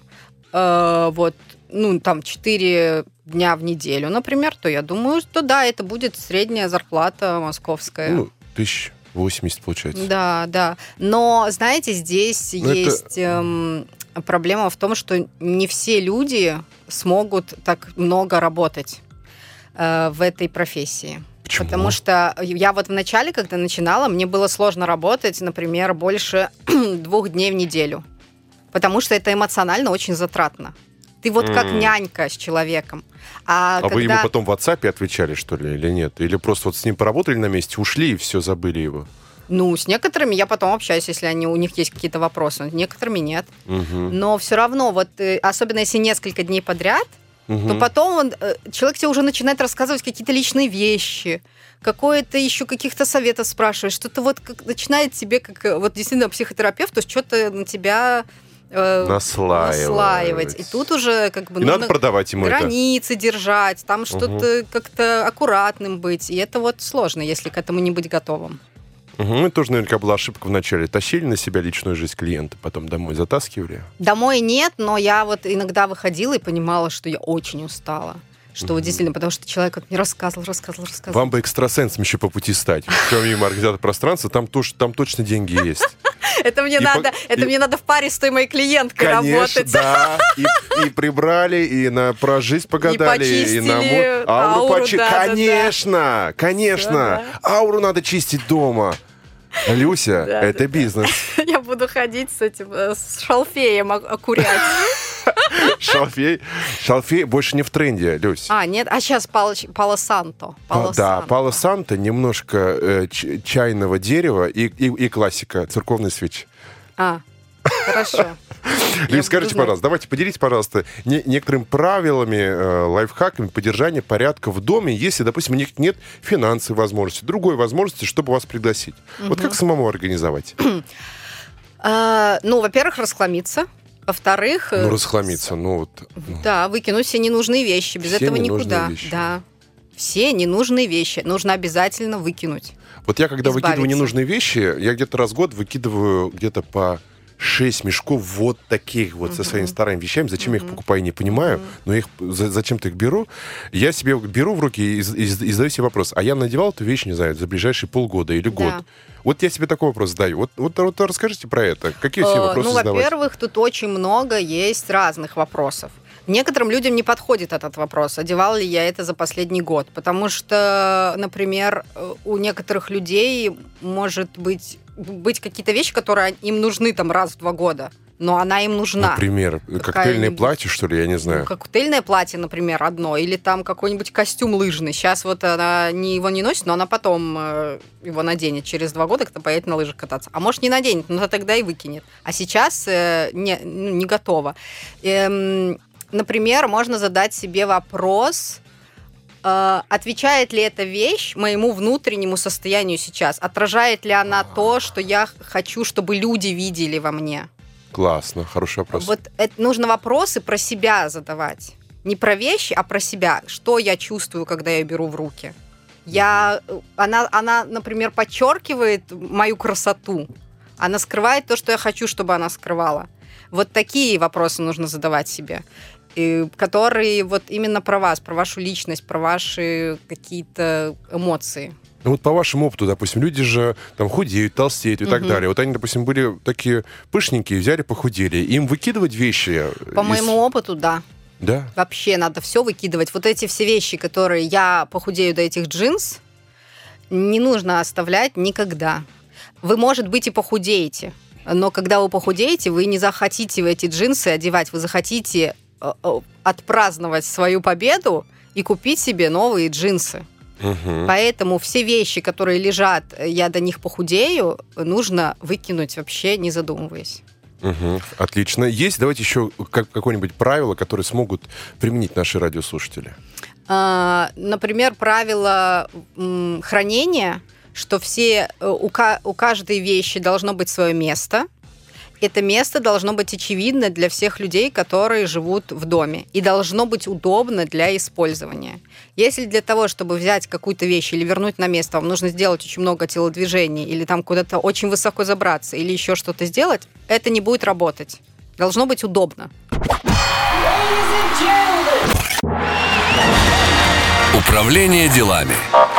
э, вот, ну, там, четыре дня в неделю, например, то я думаю, что да, это будет средняя зарплата московская. Ну, тысяч восемьдесят получается. Да, да. Но, знаете, здесь Но есть... Это... Эм, проблема в том, что не все люди смогут так много работать э, в этой профессии. Почему? Потому что я вот в начале, когда начинала, мне было сложно работать, например, больше двух дней в неделю. Потому что это эмоционально очень затратно. Ты вот mm. как нянька с человеком. А, а когда... вы ему потом в WhatsApp отвечали, что ли, или нет? Или просто вот с ним поработали на месте, ушли и все, забыли его? Ну, с некоторыми я потом общаюсь, если они, у них есть какие-то вопросы. С некоторыми нет. Угу. Но все равно, вот, особенно если несколько дней подряд, угу. то потом он, человек тебе уже начинает рассказывать какие-то личные вещи, какое-то еще каких-то советов спрашивает, что-то вот как, начинает тебе, как вот действительно психотерапевт, то есть что-то на тебя... Наслаивать. наслаивать. И тут уже как бы и нужно надо продавать ему границы это. держать, там что-то угу. как-то аккуратным быть. И это вот сложно, если к этому не быть готовым. Угу, это тоже наверняка была ошибка в начале. Тащили на себя личную жизнь клиента, потом домой затаскивали? Домой нет, но я вот иногда выходила и понимала, что я очень устала. Что mm-hmm. вот действительно, потому что человек вот мне рассказывал, рассказывал, рассказывал. Вам бы экстрасенсом еще по пути стать. Помимо организатора пространства, там, тоже, там точно деньги есть. Это мне надо, это мне надо в паре с той моей клиенткой работать. Да, и прибрали, и на про жизнь погадали, и на ауру почистили. Конечно, конечно. Ауру надо чистить дома. Люся, это бизнес. Я буду ходить с этим, с шалфеем окурять. Шалфей, шалфей больше не в тренде, Люсь. А, нет, а сейчас Пало Санто. А, да, Пало Санто, немножко э, ч- чайного дерева и, и, и классика, церковные свечи. А, хорошо. Люсь, скажите, пожалуйста, давайте поделитесь, пожалуйста, не, некоторыми правилами, э, лайфхаками поддержания порядка в доме, если, допустим, у них нет финансовой возможности, другой возможности, чтобы вас пригласить. Угу. Вот как самому организовать? а, ну, во-первых, расхламиться. Во-вторых... Ну, расхламиться, ну вот... Да, выкинуть все ненужные вещи, без все этого никуда. Вещи. Да. Все ненужные вещи нужно обязательно выкинуть. Вот я, когда выкидываю ненужные вещи, я где-то раз в год выкидываю где-то по шесть мешков вот таких вот uh-huh. со своими старыми вещами. Зачем uh-huh. я их покупаю, не понимаю, uh-huh. но я их зачем-то их беру. Я себе беру в руки и, и, и задаю себе вопрос, а я надевал эту вещь, не знаю, за ближайшие полгода или год? Да. Вот я себе такой вопрос задаю. Вот, вот, вот расскажите про это. Какие все вопросы ну, задавать? Во-первых, тут очень много есть разных вопросов. Некоторым людям не подходит этот вопрос, одевал ли я это за последний год. Потому что, например, у некоторых людей может быть, быть какие-то вещи, которые им нужны там раз в два года. Но она им нужна. Например, коктейльное платье, что ли, я не знаю. Ну, коктейльное платье, например, одно. Или там какой-нибудь костюм лыжный. Сейчас вот она не, его не носит, но она потом э, его наденет. Через два года, когда поедет на лыжах кататься. А может, не наденет, но тогда и выкинет. А сейчас э, не, ну, не готова. Эм, например, можно задать себе вопрос, э, отвечает ли эта вещь моему внутреннему состоянию сейчас? Отражает ли она то, что я хочу, чтобы люди видели во мне? Классно, хороший вопрос. Вот это, нужно вопросы про себя задавать. Не про вещи, а про себя. Что я чувствую, когда я беру в руки? Я, она, она, например, подчеркивает мою красоту. Она скрывает то, что я хочу, чтобы она скрывала. Вот такие вопросы нужно задавать себе, и, которые вот именно про вас, про вашу личность, про ваши какие-то эмоции. Ну вот по вашему опыту, допустим, люди же там худеют, толстеют и так Мгм. далее. Вот они, допустим, были такие пышненькие, взяли, похудели. Им выкидывать вещи? По из- моему опыту, да. Да? Вообще надо все выкидывать. Вот эти все вещи, которые я похудею до этих джинс, не нужно оставлять никогда. Вы, может быть, и похудеете, но когда вы похудеете, вы не захотите в эти джинсы одевать, вы захотите э, э, отпраздновать свою победу и купить себе новые джинсы. Мгм. Поэтому все вещи, которые лежат, э, я до них похудею, нужно выкинуть вообще, не задумываясь. Мгм. Отлично. Есть, давайте еще как, какое-нибудь правило, которое смогут применить наши радиослушатели. А, Например, правило м, хранения, что все, э, у, ка- у каждой вещи должно быть свое место. Это место должно быть очевидно для всех людей, которые живут в доме. И должно быть удобно для использования. Если для того, чтобы взять какую-то вещь или вернуть на место, вам нужно сделать очень много телодвижений, или там куда-то очень высоко забраться, или еще что-то сделать, это не будет работать. Должно быть удобно. Управление делами.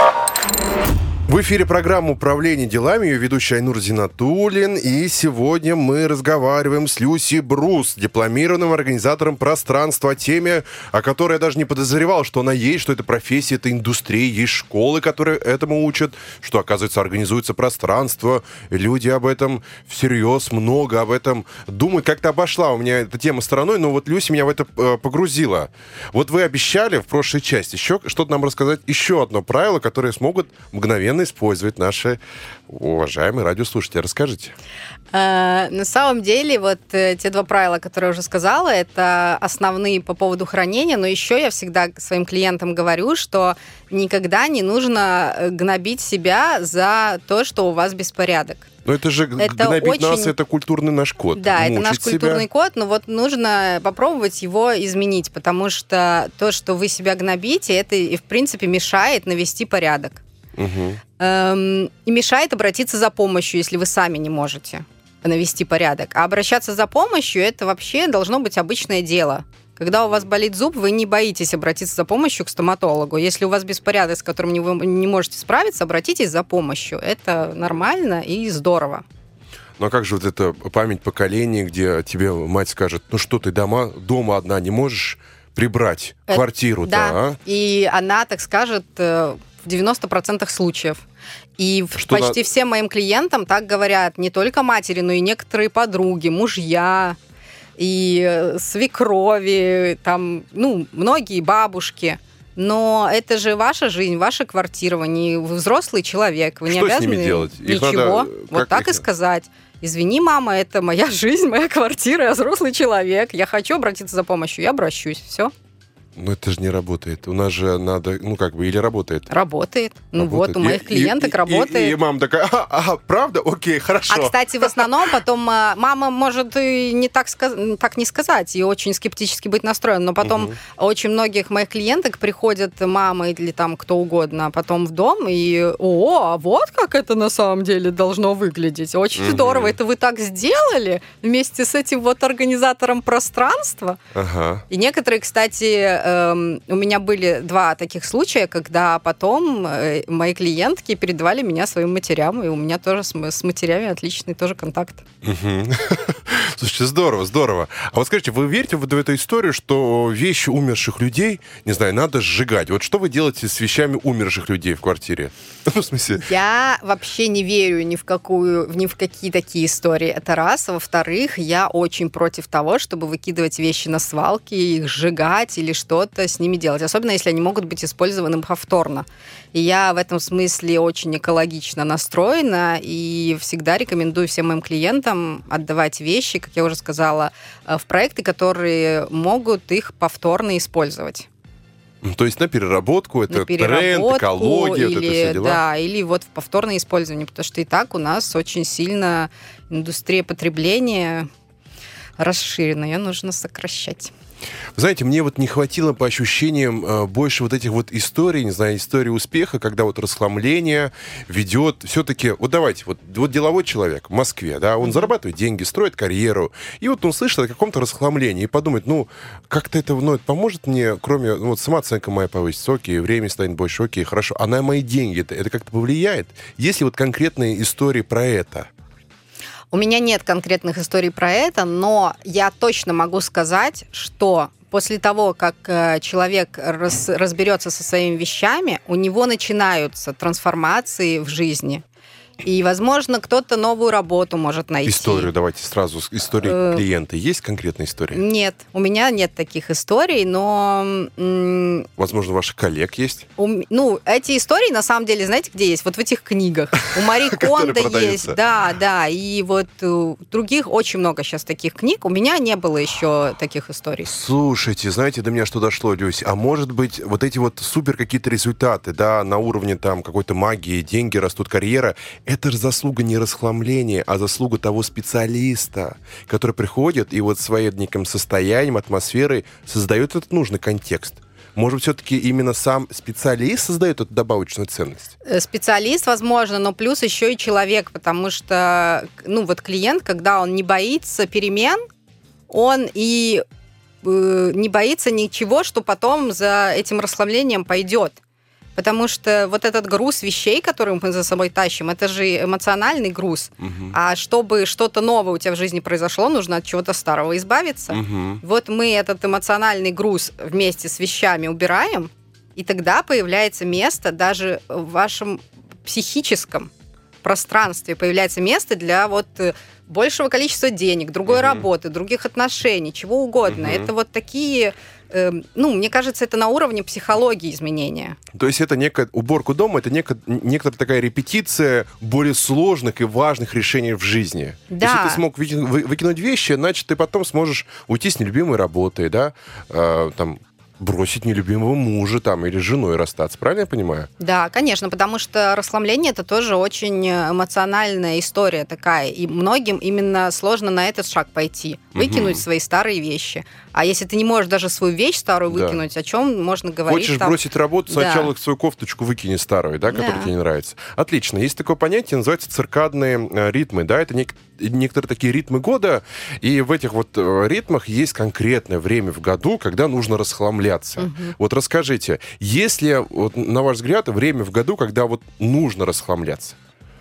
В эфире программа «Управление делами», ее ведущий Айнур Зинатуллин. И сегодня мы разговариваем с Люси Брус, дипломированным организатором пространства, о теме, о которой я даже не подозревал, что она есть, что это профессия, это индустрия, есть школы, которые этому учат, что, оказывается, организуется пространство. Люди об этом всерьез много, об этом думают. Как-то обошла у меня эта тема стороной, но вот Люси меня в это э, погрузила. Вот вы обещали в прошлой части еще что-то нам рассказать, еще одно правило, которое смогут мгновенно использовать наши уважаемые радиослушатели. Расскажите. Э, На самом деле, вот э, те два правила, которые я уже сказала, это основные по поводу хранения, но еще я всегда своим клиентам говорю, что никогда не нужно э, гнобить себя за то, что у вас беспорядок. Но это же г- Это гнобить нас, очень- это культурный наш код. Да, это наш Мучить себя. культурный код, но вот нужно попробовать его изменить, потому что то, что вы себя гнобите, это и в принципе мешает навести порядок. Мгм. Эм, и мешает обратиться за помощью, если вы сами не можете навести порядок. А обращаться за помощью, это вообще должно быть обычное дело. Когда у вас болит зуб, вы не боитесь обратиться за помощью к стоматологу. Если у вас беспорядок, с которым не вы не можете справиться, обратитесь за помощью. Это нормально и здорово. Ну а как же вот эта память поколений, где тебе мать скажет, ну что ты дома, дома одна не можешь прибрать Это- квартиру-то, Да, а? и она так скажет э, в девяноста процентах случаев. И в- Что почти на- всем моим клиентам так говорят не только матери, но и некоторые подруги, мужья, и э, свекрови, там, ну, многие бабушки. Но это же ваша жизнь, ваша квартира, вы не вы взрослый человек, вы не Что с обязаны ними делать? Их ничего. надо, Вот как так их- и сказать. Извини, мама, это моя жизнь, моя квартира, я взрослый человек, я хочу обратиться за помощью, я обращусь, все. Ну это же не работает. У нас же надо, ну как бы, или работает. Работает. Ну Работает. вот, у моих И- клиенток и- и- работает. И, и мама такая, а, ага, правда? Окей, хорошо. А, кстати, в основном потом э, мама может и не так, сказ- так не сказать, и очень скептически быть настроена, но потом Мгм. очень многих моих клиенток приходят мамы или там кто угодно потом в дом, и о, а вот как это на самом деле должно выглядеть. Очень Мгм. здорово, это вы так сделали вместе с этим вот организатором пространства. Ага. И некоторые, кстати, эм, у меня были два таких случая, когда потом э, мои клиентки передавали меня своим матерям, и у меня тоже с, м- с матерями отличный тоже контакт. Мгм. Слушайте, здорово, здорово. А вот скажите, вы верите вот в эту историю, что вещи умерших людей, не знаю, надо сжигать? Вот что вы делаете с вещами умерших людей в квартире? Ну, в смысле... Я вообще не верю ни в какую, ни в какие такие истории. Это раз. А во-вторых, я очень против того, чтобы выкидывать вещи на свалки, их сжигать или что-то с ними делать. Особенно, если они могут быть использованы повторно. И я в этом смысле очень экологично настроена и всегда рекомендую всем моим клиентам отдавать вещи, как я уже сказала, в проекты, которые могут их повторно использовать. То есть на переработку, это на переработку, тренд, экология, или, вот это все дела? Да, или вот в повторное использование, потому что и так у нас очень сильно индустрия потребления расширена, ее нужно сокращать. Знаете, мне вот не хватило по ощущениям больше вот этих вот историй, не знаю, истории успеха, когда вот расхламление ведет все-таки... Вот давайте, вот, вот деловой человек в Москве, да, он mm-hmm. зарабатывает деньги, строит карьеру, и вот он слышит о каком-то расхламлении и подумает, ну, как-то это, ну, это поможет мне, кроме, ну, вот самооценка моя повысится, окей, время станет больше, окей, хорошо, а на мои деньги это, это как-то повлияет? Есть ли вот конкретные истории про это? У меня нет конкретных историй про это, но я точно могу сказать, что после того, как человек раз, разберется со своими вещами, у него начинаются трансформации в жизни. И, возможно, кто-то новую работу может найти. Историю давайте сразу. Истории клиента. Есть конкретная история? Нет. У меня нет таких историй, но... Возможно, у ваших коллег есть? У, ну, эти истории, на самом деле, знаете, где есть? Вот в этих книгах. У Мари Кондо есть. Да, да. И вот у других очень много сейчас таких книг. У меня не было еще таких историй. Слушайте, знаете, до меня что дошло, Люсь? А может быть, вот эти вот супер какие-то результаты, да, на уровне там какой-то магии, деньги растут, карьера... Это же заслуга не расхламления, а заслуга того специалиста, который приходит и вот своим неким состоянием, атмосферой создает этот нужный контекст. Может быть, все-таки именно сам специалист создает эту добавочную ценность? Специалист, возможно, но плюс еще и человек, потому что, ну, вот клиент, когда он не боится перемен, он и э, не боится ничего, что потом за этим расхламлением пойдет. Потому что вот этот груз вещей, который мы за собой тащим, это же эмоциональный груз. Угу. А чтобы что-то новое у тебя в жизни произошло, нужно от чего-то старого избавиться. Угу. Вот мы этот эмоциональный груз вместе с вещами убираем, и тогда появляется место даже в вашем психическом пространстве, появляется место для вот большего количества денег, другой угу. работы, других отношений, чего угодно. Угу. Это вот такие... Ну, мне кажется, это на уровне психологии изменения. То есть это некая уборка дома, это некая, некоторая такая репетиция более сложных и важных решений в жизни. Да. Если ты смог выкинуть вещи, значит, ты потом сможешь уйти с нелюбимой работой, да, э, там, бросить нелюбимого мужа там, или с женой расстаться. Правильно я понимаю? Да, конечно, потому что расхламление – это тоже очень эмоциональная история такая, и многим именно сложно на этот шаг пойти, выкинуть угу. свои старые вещи. А если ты не можешь даже свою вещь старую выкинуть, да. о чем можно говорить? Хочешь там... бросить работу, сначала да. свою кофточку выкини старую, да, которая да. тебе не нравится. Отлично. Есть такое понятие, называется циркадные ритмы. Да? Это нек- некоторые такие ритмы года, и в этих вот ритмах есть конкретное время в году, когда нужно расхламляться. Угу. Вот расскажите, есть ли, вот, на ваш взгляд, время в году, когда вот нужно расхламляться?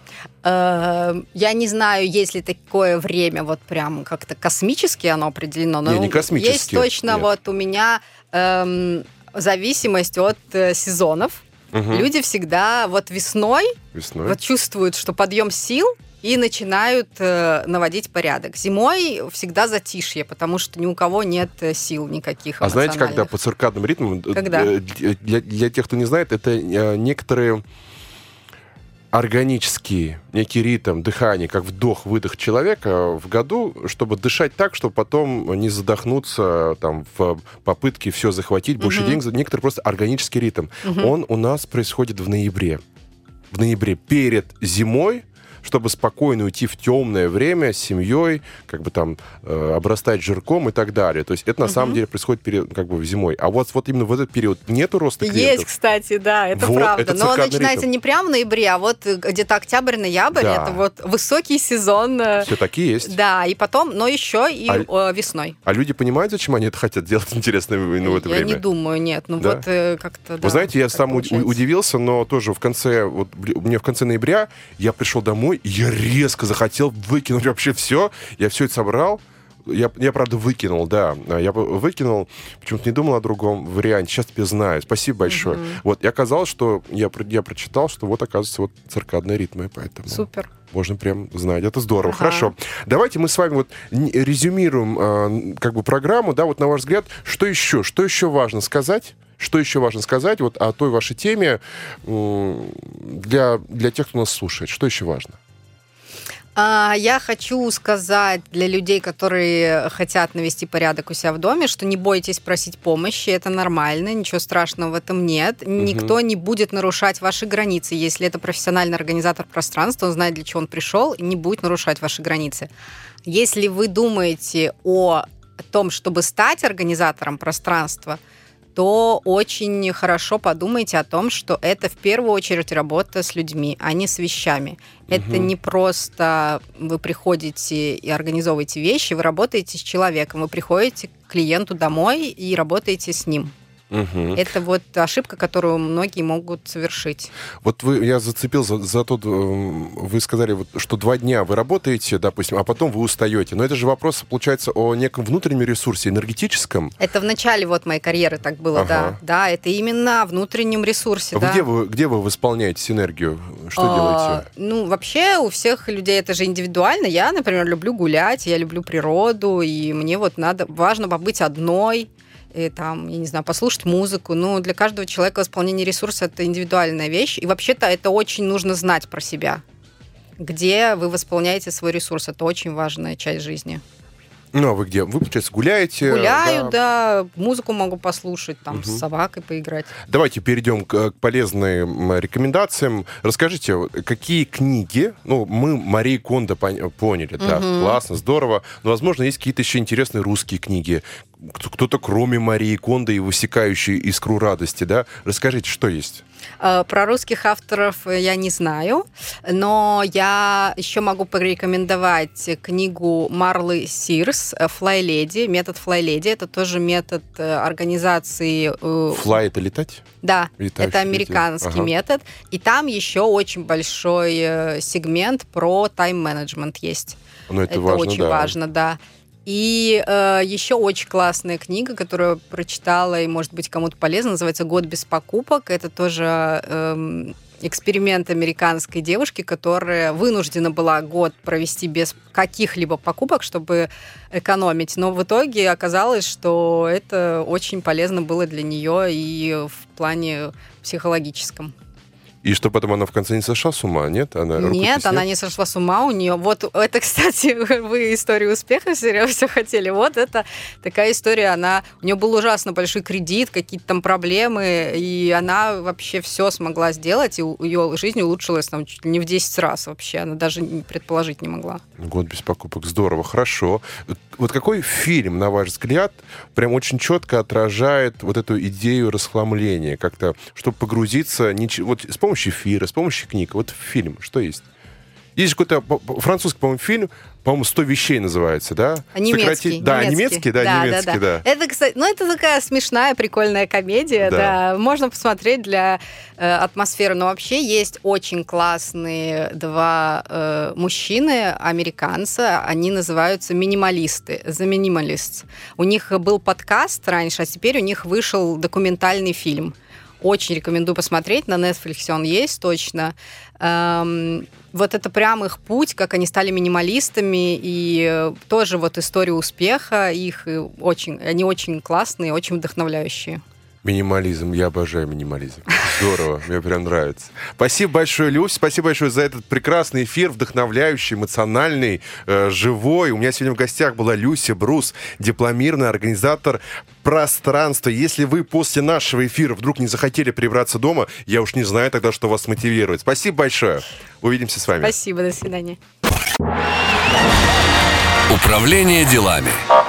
Я не знаю, есть ли такое время вот прям как-то космически оно определено, но не, не космически. Есть точно Нет. вот у меня эм, зависимость от э, сезонов. Угу. Люди всегда вот весной, весной вот чувствуют, что подъем сил, и начинают э, наводить порядок. Зимой всегда затишье, потому что ни у кого нет сил никаких. А знаете, когда по циркадным ритмам, когда? Для, для тех, кто не знает, это некоторые органический некий ритм дыхания, как вдох-выдох человека в году, чтобы дышать так, чтобы потом не задохнуться там, в попытке все захватить, больше uh-huh. денег. Некоторый просто органический ритм. Uh-huh. Он у нас происходит в ноябре. В ноябре перед зимой, чтобы спокойно уйти в темное время с семьей, как бы там э, обрастать жирком и так далее. То есть это на угу. самом деле происходит период, как бы зимой. А вот, вот именно в этот период нету роста клиентов? Есть, кстати, да, это вот, правда. Это но начинается ритм. Не прямо в ноябре, а вот где-то октябрь-ноябрь, да. это вот высокий сезон. Все таки есть. Да, и потом, но еще и а, весной. А люди понимают, зачем они это хотят делать интересно ну, в это я время? Я не думаю, нет. Ну да? вот как-то, да. Вы знаете, я сам получается. удивился, но тоже в конце, вот мне в конце ноября я пришел домой, и я резко захотел выкинуть вообще все. Я все это собрал. Я, я, правда, выкинул, да. Я выкинул, почему-то не думал о другом варианте. Сейчас теперь знаю. Спасибо большое. Mm-hmm. Вот, и оказалось, что я, я прочитал, что вот, оказывается, вот циркадные ритмы, поэтому... Супер. Можно прям знать. Это здорово. Ага. Хорошо. Давайте мы с вами вот резюмируем как бы программу, да, вот на ваш взгляд, что еще? Что еще важно сказать? Что еще важно сказать вот о той вашей теме для, для тех, кто нас слушает? Что еще важно? А, Я хочу сказать для людей, которые хотят навести порядок у себя в доме, что не бойтесь просить помощи, это нормально, ничего страшного в этом нет. Никто не будет нарушать ваши границы. Если это профессиональный организатор пространства, он знает, для чего он пришел, и не будет нарушать ваши границы. Если вы думаете о том, чтобы стать организатором пространства, то очень хорошо подумайте о том, что это в первую очередь работа с людьми, а не с вещами. Угу. Это не просто вы приходите и организовываете вещи, вы работаете с человеком, вы приходите к клиенту домой и работаете с ним. Угу. Это вот ошибка, которую многие могут совершить. Вот вы, я зацепил за, за тот, вы сказали, вот, что два дня вы работаете, допустим, а потом вы устаете. Но это же вопрос, получается, о неком внутреннем ресурсе, энергетическом. Это в начале вот моей карьеры так было, ага. да. Да, это именно о внутреннем ресурсе. А да. где, вы, где вы восполняете энергию? Что а, делаете? Ну, вообще у всех людей это же индивидуально. Я, например, люблю гулять, я люблю природу, и мне вот надо, важно побыть одной, и там, я не знаю, послушать музыку. Ну, для каждого человека восполнение ресурса – это индивидуальная вещь. И вообще-то это очень нужно знать про себя. Где вы восполняете свой ресурс. Это очень важная часть жизни. Ну, а вы где? Вы, получается, гуляете? Гуляю, да. да. Музыку могу послушать, там, угу. с собакой поиграть. Давайте перейдем к, к полезным рекомендациям. Расскажите, какие книги... Ну, мы Марии Кондо поняли, угу. да, классно, здорово. Но, возможно, есть какие-то еще интересные русские книги. Кто-то, кроме Марии Кондо и «Высекающий искру радости», да? Расскажите, что есть? Про русских авторов я не знаю, но я еще могу порекомендовать книгу Марлы Сирс «Fly Lady», метод Fly Lady. Это тоже метод организации... Fly — это летать? Да, Летающий, это американский ага. метод. И там еще очень большой сегмент про тайм-менеджмент есть. Но это это важно, очень да. важно, да. И э, еще очень классная книга, которую прочитала, и, может быть, кому-то полезно, называется «Год без покупок». Это тоже э, эксперимент американской девушки, которая вынуждена была год провести без каких-либо покупок, чтобы экономить. Но в итоге оказалось, что это очень полезно было для нее и в плане психологическом. И что потом она в конце не сошла с ума, нет? Она нет, она не сошла с ума. У нее вот это, кстати, вы историю успеха все, все хотели. Вот это такая история. Она, у нее был ужасно большой кредит, какие-то там проблемы, и она вообще все смогла сделать, и ее жизнь улучшилась там чуть ли не в десять раз вообще. Она даже предположить не могла. Год без покупок. Здорово, хорошо. Вот какой фильм, на ваш взгляд, прям очень четко отражает вот эту идею расхламления? Как-то, чтобы погрузиться... Вот с помощью эфира, с помощью книг. Вот фильм, что есть? Есть какой-то французский, по-моему, фильм, по-моему, «сто вещей» называется, да? А немецкий. Сократи... Да, немецкий, да, да немецкий, да. да. да. Это, кстати, ну, это такая смешная, прикольная комедия, да. да. Можно посмотреть для э, атмосферы. Но вообще есть очень классные два э, мужчины, американца. Они называются минималисты, The Minimalists. У них был подкаст раньше, а теперь у них вышел документальный фильм. Очень рекомендую посмотреть. На Netflix он есть точно. Эм, вот это прям их путь, как они стали минималистами, и тоже вот история успеха их. Очень, они очень классные, очень вдохновляющие. Минимализм. Я обожаю минимализм. Здорово. Мне прям нравится. Спасибо большое, Люсь. Спасибо большое за этот прекрасный эфир, вдохновляющий, эмоциональный, э, живой. У меня сегодня в гостях была Люся Брус, дипломированный организатор пространства. Если вы после нашего эфира вдруг не захотели прибраться дома, я уж не знаю тогда, что вас мотивирует. Спасибо большое. Увидимся с вами. Спасибо. До свидания. Управление делами.